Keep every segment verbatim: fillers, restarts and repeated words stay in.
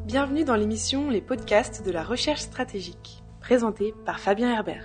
Bienvenue dans l'émission Les podcasts de la recherche stratégique, présentée par Fabien Herbert.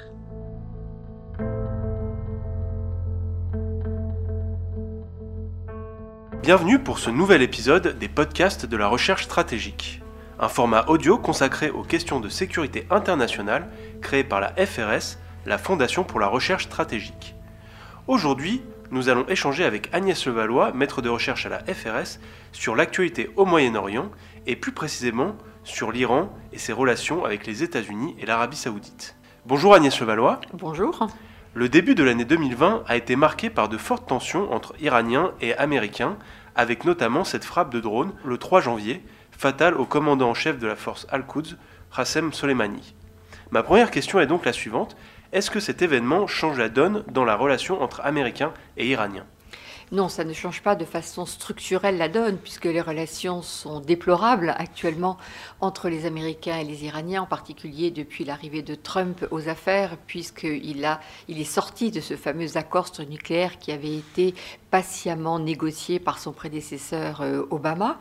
Bienvenue pour ce nouvel épisode des podcasts de la recherche stratégique, un format audio consacré aux questions de sécurité internationale créé par la F R S, la Fondation pour la recherche stratégique. Aujourd'hui, nous allons échanger avec Agnès Levallois, maître de recherche à la F R S, sur l'actualité au Moyen-Orient et plus précisément sur l'Iran et ses relations avec les États-Unis et l'Arabie Saoudite. Bonjour Agnès Levallois. Bonjour. Le début de l'année deux mille vingt a été marqué par de fortes tensions entre Iraniens et Américains, avec notamment cette frappe de drone le trois janvier, fatale au commandant en chef de la force Al-Quds, Qassem Soleimani. Ma première question est donc la suivante. Est-ce que cet événement change la donne dans la relation entre Américains et Iraniens ? Non, ça ne change pas de façon structurelle la donne, puisque les relations sont déplorables actuellement entre les Américains et les Iraniens, en particulier depuis l'arrivée de Trump aux affaires, puisqu'il a, il est sorti de ce fameux accord sur le nucléaire qui avait été patiemment négocié par son prédécesseur euh, Obama.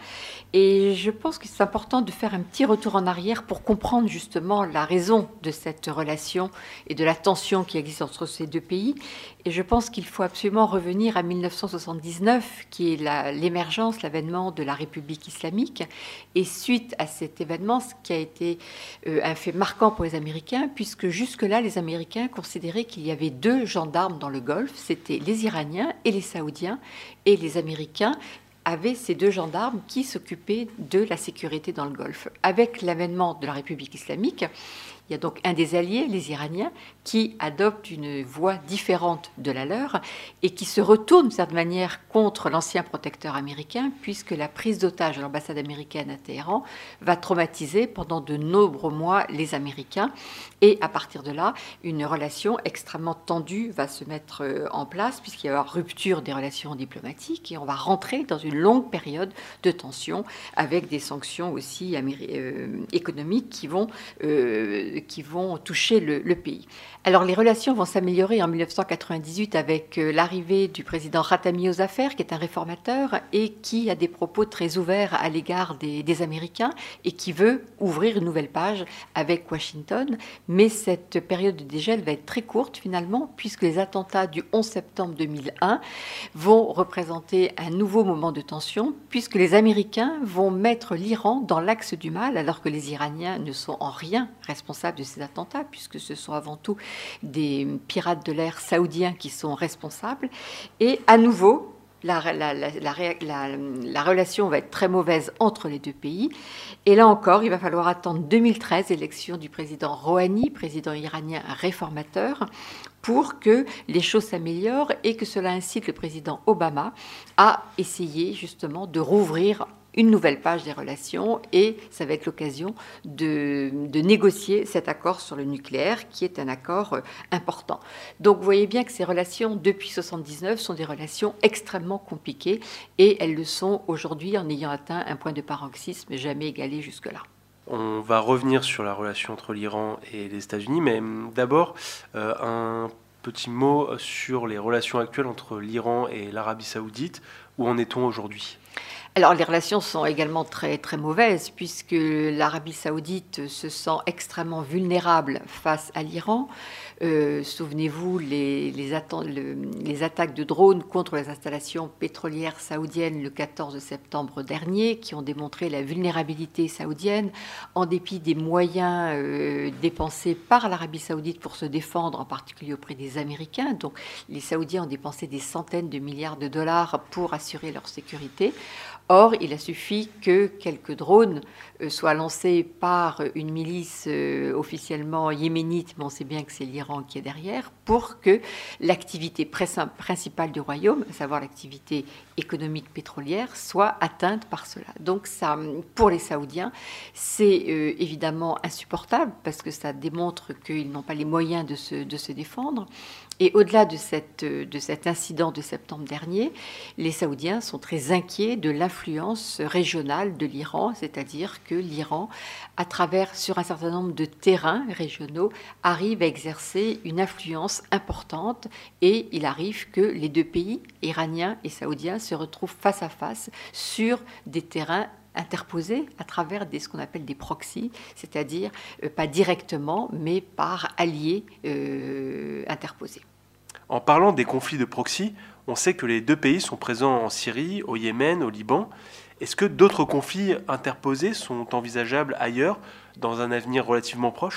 Et je pense que c'est important de faire un petit retour en arrière pour comprendre justement la raison de cette relation et de la tension qui existe entre ces deux pays. Et je pense qu'il faut absolument revenir à mille neuf cent soixante-dix-neuf, qui est la, l'émergence, l'avènement de la République islamique. Et suite à cet événement, ce qui a été euh, un fait marquant pour les Américains, puisque jusque-là, les Américains considéraient qu'il y avait deux gendarmes dans le Golfe, c'était les Iraniens et les Saoudiens. Et les Américains avaient ces deux gendarmes qui s'occupaient de la sécurité dans le Golfe. Avec l'avènement de la République islamique, il y a donc un des alliés, les Iraniens, qui adoptent une voie différente de la leur et qui se retournent de certaine manière contre l'ancien protecteur américain, puisque la prise d'otage de l'ambassade américaine à Téhéran va traumatiser pendant de nombreux mois les Américains. Et à partir de là, une relation extrêmement tendue va se mettre en place, puisqu'il y va y avoir rupture des relations diplomatiques et on va rentrer dans une longue période de tension avec des sanctions aussi améri- euh, économiques qui vont... Euh, qui vont toucher le, le pays. Alors les relations vont s'améliorer en mille neuf cent quatre-vingt-dix-huit avec l'arrivée du président Khatami aux affaires, qui est un réformateur et qui a des propos très ouverts à l'égard des, des Américains et qui veut ouvrir une nouvelle page avec Washington. Mais cette période de dégel va être très courte finalement, puisque les attentats du onze septembre deux mille un vont représenter un nouveau moment de tension, puisque les Américains vont mettre l'Iran dans l'axe du mal, alors que les Iraniens ne sont en rien responsables de ces attentats, puisque ce sont avant tout des pirates de l'air saoudiens qui sont responsables. Et à nouveau, la, la, la, la, la, la relation va être très mauvaise entre les deux pays. Et là encore, il va falloir attendre deux mille treize, élection du président Rouhani, président iranien réformateur, pour que les choses s'améliorent et que cela incite le président Obama à essayer justement de rouvrir une nouvelle page des relations, et ça va être l'occasion de, de négocier cet accord sur le nucléaire, qui est un accord important. Donc vous voyez bien que ces relations, depuis soixante-dix-neuf, sont des relations extrêmement compliquées, et elles le sont aujourd'hui en ayant atteint un point de paroxysme jamais égalé jusque-là. On va revenir sur la relation entre l'Iran et les États-Unis, mais d'abord, euh, un petit mot sur les relations actuelles entre l'Iran et l'Arabie Saoudite. Où en est-on aujourd'hui ? Alors, les relations sont également très, très mauvaises, puisque l'Arabie Saoudite se sent extrêmement vulnérable face à l'Iran. Euh, souvenez-vous, les, les, atta- le, les attaques de drones contre les installations pétrolières saoudiennes le quatorze septembre dernier, qui ont démontré la vulnérabilité saoudienne, en dépit des moyens euh, dépensés par l'Arabie Saoudite pour se défendre, en particulier auprès des Américains. Donc, les Saoudiens ont dépensé des centaines de milliards de dollars pour assurer leur sécurité. Or, il a suffi que quelques drones euh, soient lancés par une milice euh, officiellement yéménite, mais on sait bien que c'est l'Iran qui est derrière, pour que l'activité principale du royaume, à savoir l'activité économique pétrolière, soit atteinte par cela. Donc ça, pour les Saoudiens, c'est euh, évidemment insupportable, parce que ça démontre qu'ils n'ont pas les moyens de se, de se défendre. Et au-delà de, cette, de cet incident de septembre dernier, les Saoudiens sont très inquiets de l'influence régionale de l'Iran, c'est-à-dire que l'Iran, à travers sur un certain nombre de terrains régionaux, arrive à exercer une influence importante, et il arrive que les deux pays, iraniens et saoudiens, se retrouvent face à face sur des terrains interposés à travers des, ce qu'on appelle des proxys, c'est-à-dire euh, pas directement, mais par alliés euh, interposés. En parlant des conflits de proxy, on sait que les deux pays sont présents en Syrie, au Yémen, au Liban. Est-ce que d'autres conflits interposés sont envisageables ailleurs, dans un avenir relativement proche ?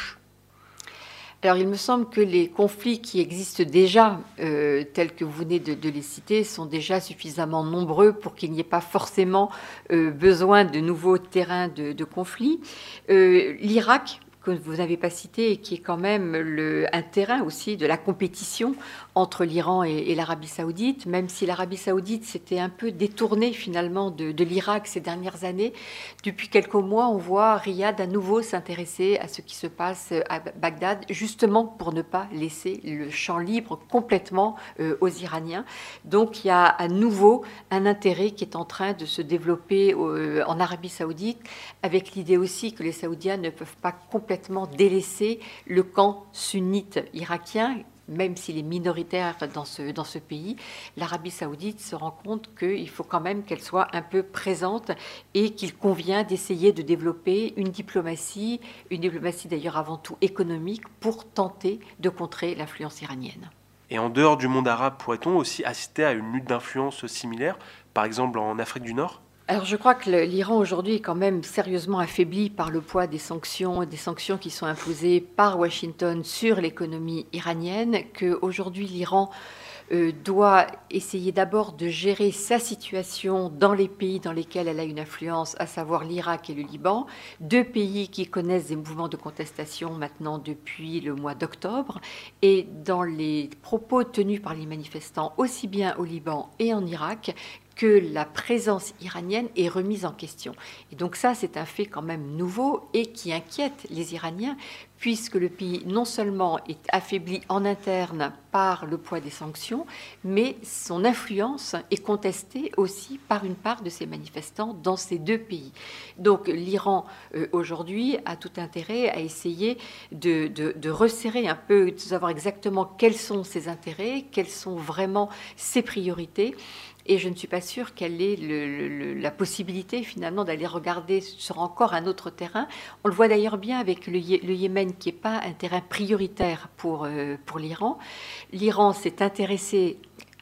Alors, il me semble que les conflits qui existent déjà, euh, tels que vous venez de, de les citer, sont déjà suffisamment nombreux pour qu'il n'y ait pas forcément euh, besoin de nouveaux terrains de, de conflit. Euh, L'Irak, que vous n'avez pas cité, et qui est quand même le, un terrain aussi de la compétition entre l'Iran et, et l'Arabie saoudite, même si l'Arabie saoudite s'était un peu détournée finalement de, de l'Irak ces dernières années. Depuis quelques mois, on voit Riyad à nouveau s'intéresser à ce qui se passe à Bagdad, justement pour ne pas laisser le champ libre complètement euh, aux Iraniens. Donc il y a à nouveau un intérêt qui est en train de se développer euh, en Arabie saoudite, avec l'idée aussi que les Saoudiens ne peuvent pas complètement délaisser le camp sunnite irakien, même s'il est minoritaire dans ce, dans ce pays. L'Arabie saoudite se rend compte qu'il faut quand même qu'elle soit un peu présente et qu'il convient d'essayer de développer une diplomatie, une diplomatie d'ailleurs avant tout économique, pour tenter de contrer l'influence iranienne. Et en dehors du monde arabe, pourrait-on aussi assister à une lutte d'influence similaire, par exemple en Afrique du Nord ? Alors je crois que l'Iran aujourd'hui est quand même sérieusement affaibli par le poids des sanctions, des sanctions qui sont imposées par Washington sur l'économie iranienne, qu'aujourd'hui l'Iran euh, doit essayer d'abord de gérer sa situation dans les pays dans lesquels elle a une influence, à savoir l'Irak et le Liban, deux pays qui connaissent des mouvements de contestation maintenant depuis le mois d'octobre, et dans les propos tenus par les manifestants aussi bien au Liban et en Irak, que la présence iranienne est remise en question. Et donc ça, c'est un fait quand même nouveau et qui inquiète les Iraniens, puisque le pays non seulement est affaibli en interne par le poids des sanctions, mais son influence est contestée aussi par une part de ces manifestants dans ces deux pays. Donc l'Iran, euh, aujourd'hui, a tout intérêt à essayer de, de, de resserrer un peu, de savoir exactement quels sont ses intérêts, quelles sont vraiment ses priorités. Et je ne suis pas sûre qu'elle ait le, le, la possibilité finalement d'aller regarder sur encore un autre terrain. On le voit d'ailleurs bien avec le, le Yémen, qui n'est pas un terrain prioritaire pour, euh, pour l'Iran. L'Iran s'est intéressé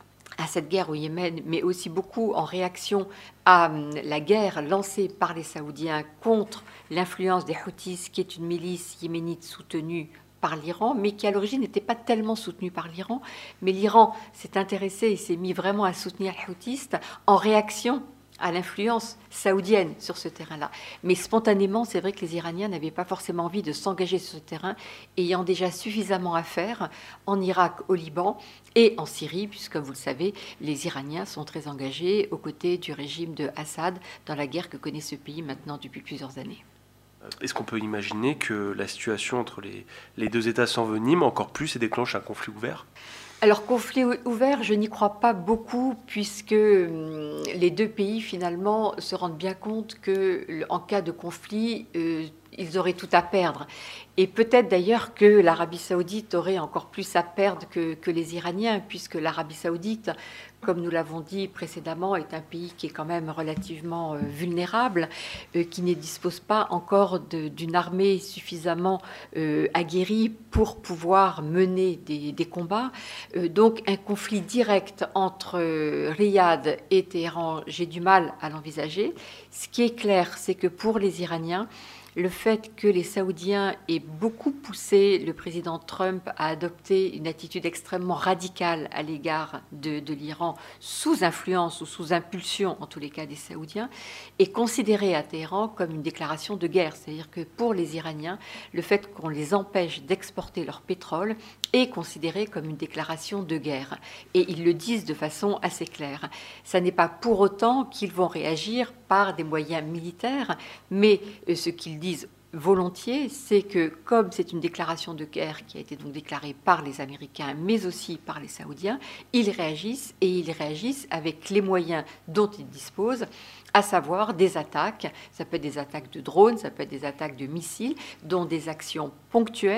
à cette guerre au Yémen, mais aussi beaucoup en réaction à la guerre lancée par les Saoudiens contre l'influence des Houthis, qui est une milice yéménite soutenue par l'Iran, mais qui à l'origine n'était pas tellement soutenu par l'Iran. Mais l'Iran s'est intéressé et s'est mis vraiment à soutenir les Houthis en réaction à l'influence saoudienne sur ce terrain-là. Mais spontanément, c'est vrai que les Iraniens n'avaient pas forcément envie de s'engager sur ce terrain, ayant déjà suffisamment à faire en Irak, au Liban et en Syrie, puisque, vous le savez, les Iraniens sont très engagés aux côtés du régime de Assad dans la guerre que connaît ce pays maintenant depuis plusieurs années. Est-ce qu'on peut imaginer que la situation entre les, les deux États s'envenime encore plus et déclenche un conflit ouvert ? Alors, conflit ouvert, je n'y crois pas beaucoup, puisque les deux pays, finalement, se rendent bien compte qu'en cas de conflit, euh, ils auraient tout à perdre. Et peut-être d'ailleurs que l'Arabie saoudite aurait encore plus à perdre que, que les Iraniens, puisque l'Arabie saoudite, comme nous l'avons dit précédemment, est un pays qui est quand même relativement euh, vulnérable, euh, qui ne dispose pas encore de, d'une armée suffisamment euh, aguerrie pour pouvoir mener des, des combats. Euh, donc un conflit direct entre euh, Riyad et Téhéran, j'ai du mal à l'envisager. Ce qui est clair, c'est que pour les Iraniens, le fait que les Saoudiens aient beaucoup poussé le président Trump à adopter une attitude extrêmement radicale à l'égard de, de l'Iran, sous influence ou sous impulsion, en tous les cas des Saoudiens, est considéré à Téhéran comme une déclaration de guerre. C'est-à-dire que pour les Iraniens, le fait qu'on les empêche d'exporter leur pétrole est considéré comme une déclaration de guerre. Et ils le disent de façon assez claire. Ça n'est pas pour autant qu'ils vont réagir par des moyens militaires, mais ce qu'ils disent volontiers, c'est que comme c'est une déclaration de guerre qui a été donc déclarée par les Américains, mais aussi par les Saoudiens, ils réagissent et ils réagissent avec les moyens dont ils disposent, à savoir des attaques. Ça peut être des attaques de drones, ça peut être des attaques de missiles, dont des actions ponctuelles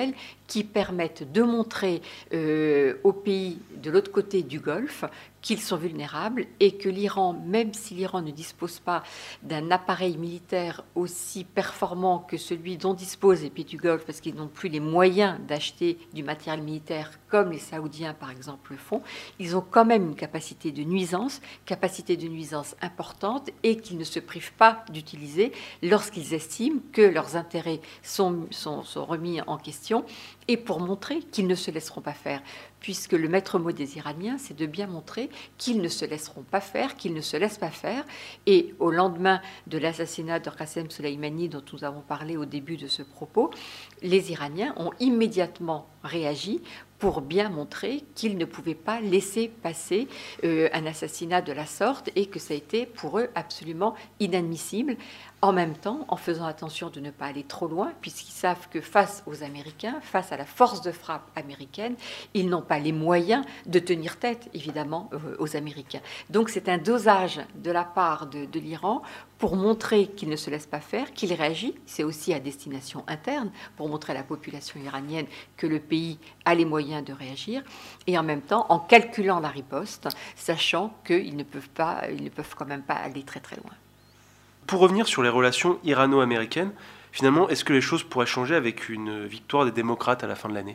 qui permettent de montrer euh, aux pays de l'autre côté du Golfe qu'ils sont vulnérables et que l'Iran, même si l'Iran ne dispose pas d'un appareil militaire aussi performant que celui dont disposent les pays du Golfe, parce qu'ils n'ont plus les moyens d'acheter du matériel militaire comme les Saoudiens, par exemple, le font, ils ont quand même une capacité de nuisance, capacité de nuisance importante et qu'ils ne se privent pas d'utiliser lorsqu'ils estiment que leurs intérêts sont, sont, sont remis en question et pour montrer qu'ils ne se laisseront pas faire. Puisque le maître mot des Iraniens, c'est de bien montrer qu'ils ne se laisseront pas faire, qu'ils ne se laissent pas faire. Et au lendemain de l'assassinat de Qassem Soleimani, dont nous avons parlé au début de ce propos, les Iraniens ont immédiatement réagi pour bien montrer qu'ils ne pouvaient pas laisser passer euh, un assassinat de la sorte et que ça a été pour eux absolument inadmissible. En même temps, en faisant attention de ne pas aller trop loin, puisqu'ils savent que face aux Américains, face à la force de frappe américaine, ils n'ont pas les moyens de tenir tête, évidemment, euh, aux Américains. Donc c'est un dosage de la part de, de l'Iran pour montrer qu'il ne se laisse pas faire, qu'il réagit. C'est aussi à destination interne, pour montrer à la population iranienne que le pays a les moyens de réagir, et en même temps, en calculant la riposte, sachant qu'ils ne peuvent pas, ils ne peuvent quand même pas aller très très loin. Pour revenir sur les relations irano-américaines, finalement, est-ce que les choses pourraient changer avec une victoire des démocrates à la fin de l'année ?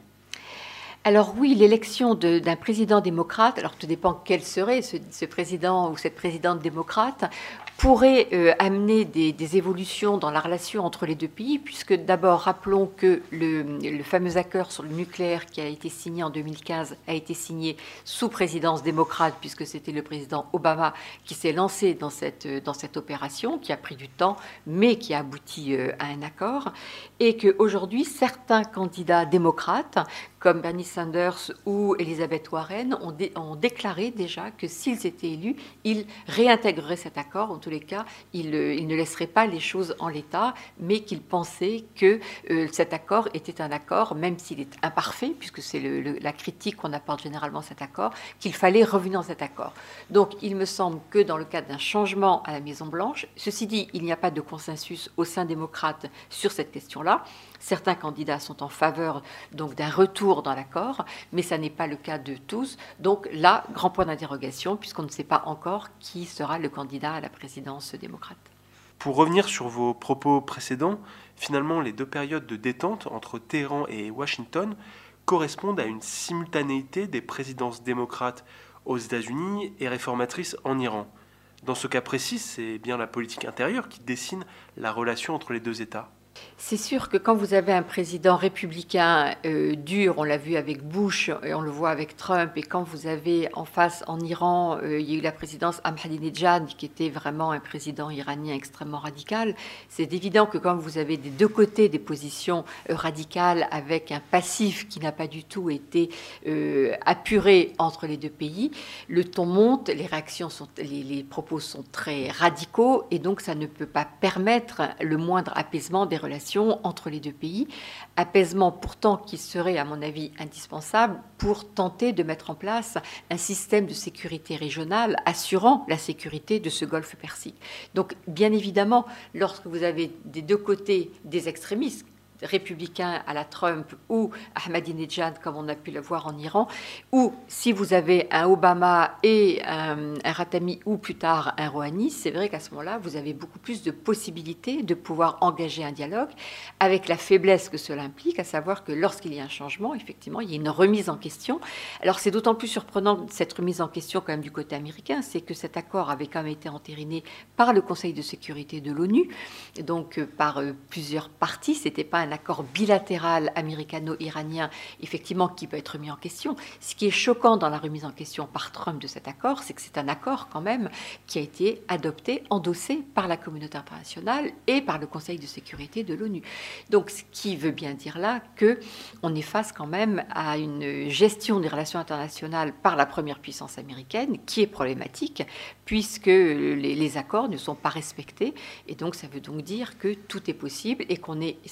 Alors oui, l'élection de, d'un président démocrate, alors tout dépend quel serait ce, ce président ou cette présidente démocrate, pourrait euh, amener des, des évolutions dans la relation entre les deux pays, puisque d'abord, rappelons que le, le fameux accord sur le nucléaire qui a été signé en deux mille quinze a été signé sous présidence démocrate, puisque c'était le président Obama qui s'est lancé dans cette, dans cette opération, qui a pris du temps, mais qui a abouti euh, à un accord, et qu'aujourd'hui, certains candidats démocrates, comme Bernie Sanders ou Elizabeth Warren, ont, dé, ont déclaré déjà que s'ils étaient élus, ils réintégreraient cet accord. En tous les cas, ils, ils ne laisseraient pas les choses en l'état, mais qu'ils pensaient que euh, cet accord était un accord, même s'il est imparfait, puisque c'est le, le, la critique qu'on apporte généralement à cet accord, qu'il fallait revenir dans cet accord. Donc, il me semble que dans le cadre d'un changement à la Maison-Blanche, ceci dit, il n'y a pas de consensus au sein démocrate sur cette question-là. Certains candidats sont en faveur donc d'un retour dans l'accord, mais ça n'est pas le cas de tous. Donc là, grand point d'interrogation, puisqu'on ne sait pas encore qui sera le candidat à la présidence démocrate. Pour revenir sur vos propos précédents, finalement, les deux périodes de détente entre Téhéran et Washington correspondent à une simultanéité des présidences démocrates aux États-Unis et réformatrices en Iran. Dans ce cas précis, c'est bien la politique intérieure qui dessine la relation entre les deux États. C'est sûr que quand vous avez un président républicain euh, dur, on l'a vu avec Bush et on le voit avec Trump, et quand vous avez en face en Iran, euh, il y a eu la présidence Ahmadinejad qui était vraiment un président iranien extrêmement radical, c'est évident que quand vous avez des deux côtés des positions euh, radicales avec un passif qui n'a pas du tout été euh, apuré entre les deux pays, le ton monte, les réactions sont, les, les propos sont très radicaux et donc ça ne peut pas permettre le moindre apaisement des relations entre les deux pays, apaisement pourtant qui serait à mon avis indispensable pour tenter de mettre en place un système de sécurité régionale assurant la sécurité de ce golfe Persique. Donc bien évidemment, lorsque vous avez des deux côtés des extrémistes, républicain à la Trump ou Ahmadinejad, comme on a pu le voir en Iran, ou si vous avez un Obama et un, un Khatami ou plus tard un Rouhani, c'est vrai qu'à ce moment-là, vous avez beaucoup plus de possibilités de pouvoir engager un dialogue avec la faiblesse que cela implique, à savoir que lorsqu'il y a un changement, effectivement, il y a une remise en question. Alors c'est d'autant plus surprenant cette remise en question quand même du côté américain, c'est que cet accord avait quand même été entériné par le Conseil de sécurité de l'ONU, donc euh, par euh, plusieurs parties, c'était pas un accord bilatéral américano-iranien, effectivement, qui peut être mis en question. Ce qui est choquant dans la remise en question par Trump de cet accord, c'est que c'est un accord quand même qui a été adopté, endossé par la communauté internationale et par le Conseil de sécurité de l'ONU. Donc, ce qui veut bien dire là qu'on est face quand même à une gestion des relations internationales par la première puissance américaine qui est problématique, puisque les, les accords ne sont pas respectés. Et donc, ça veut donc dire que tout est possible et qu'on est simplement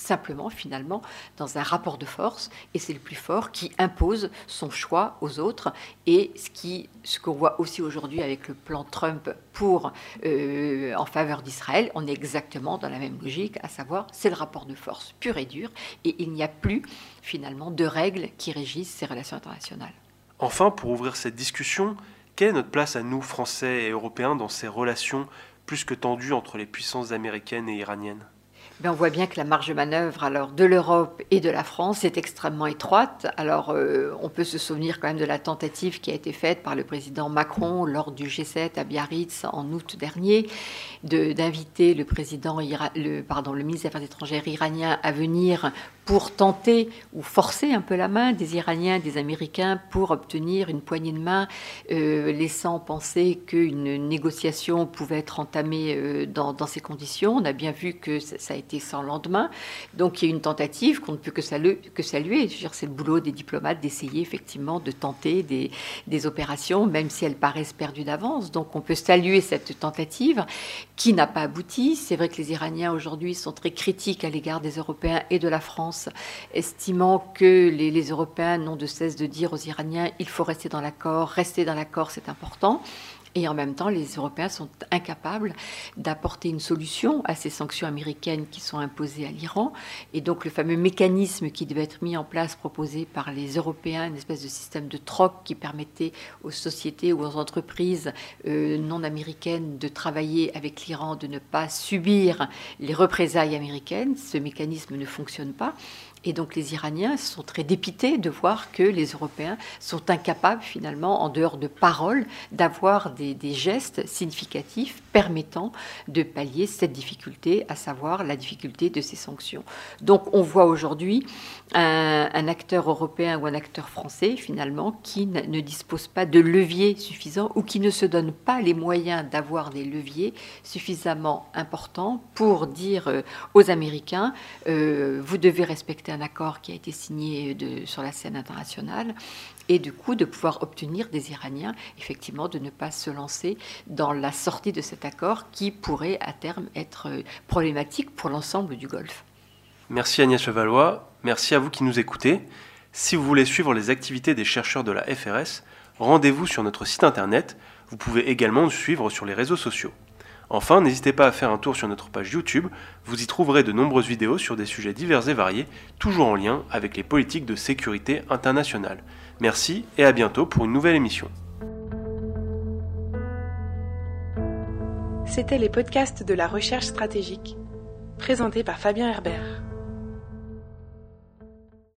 finalement dans un rapport de force, et c'est le plus fort qui impose son choix aux autres. Et ce, qui, ce qu'on voit aussi aujourd'hui avec le plan Trump pour, euh, en faveur d'Israël, on est exactement dans la même logique, à savoir c'est le rapport de force pur et dur, et il n'y a plus finalement de règles qui régissent ces relations internationales. Enfin, pour ouvrir cette discussion, quelle est notre place à nous, Français et Européens, dans ces relations plus que tendues entre les puissances américaines et iraniennes ? Ben on voit bien que la marge de manœuvre alors, de l'Europe et de la France est extrêmement étroite. Alors, euh, on peut se souvenir quand même de la tentative qui a été faite par le président Macron lors du G sept à Biarritz en août dernier, de, d'inviter le, président, le, pardon, le ministre des Affaires étrangères iranien à venir pour tenter ou forcer un peu la main des Iraniens, des Américains, pour obtenir une poignée de main, euh, laissant penser qu'une négociation pouvait être entamée euh, dans, dans ces conditions. On a bien vu que ça, ça a été sans lendemain. Donc il y a une tentative qu'on ne peut que saluer. Que saluer. Je veux dire, c'est le boulot des diplomates d'essayer effectivement de tenter des, des opérations, même si elles paraissent perdues d'avance. Donc on peut saluer cette tentative qui n'a pas abouti. C'est vrai que les Iraniens aujourd'hui sont très critiques à l'égard des Européens et de la France, estimant que les, les Européens n'ont de cesse de dire aux Iraniens il faut rester dans l'accord, rester dans l'accord c'est important. Et en même temps, les Européens sont incapables d'apporter une solution à ces sanctions américaines qui sont imposées à l'Iran. Et donc le fameux mécanisme qui devait être mis en place, proposé par les Européens, une espèce de système de troc qui permettait aux sociétés ou aux entreprises euh, non américaines de travailler avec l'Iran, de ne pas subir les représailles américaines. Ce mécanisme ne fonctionne pas. Et donc les Iraniens sont très dépités de voir que les Européens sont incapables finalement, en dehors de paroles, d'avoir des, des gestes significatifs permettant de pallier cette difficulté, à savoir la difficulté de ces sanctions. Donc on voit aujourd'hui un, un acteur européen ou un acteur français finalement qui ne, ne dispose pas de leviers suffisants ou qui ne se donne pas les moyens d'avoir des leviers suffisamment importants pour dire euh, aux Américains euh, vous devez respecter un accord qui a été signé de, sur la scène internationale, et du coup de pouvoir obtenir des Iraniens effectivement de ne pas se lancer dans la sortie de cet accord qui pourrait à terme être problématique pour l'ensemble du Golfe. Merci Agnès Levallois, merci à vous qui nous écoutez. Si vous voulez suivre les activités des chercheurs de la F R S, rendez-vous sur notre site internet. Vous pouvez également nous suivre sur les réseaux sociaux. Enfin, n'hésitez pas à faire un tour sur notre page YouTube, vous y trouverez de nombreuses vidéos sur des sujets divers et variés, toujours en lien avec les politiques de sécurité internationale. Merci et à bientôt pour une nouvelle émission. C'était les podcasts de la recherche stratégique, présentés par Fabien Herbert.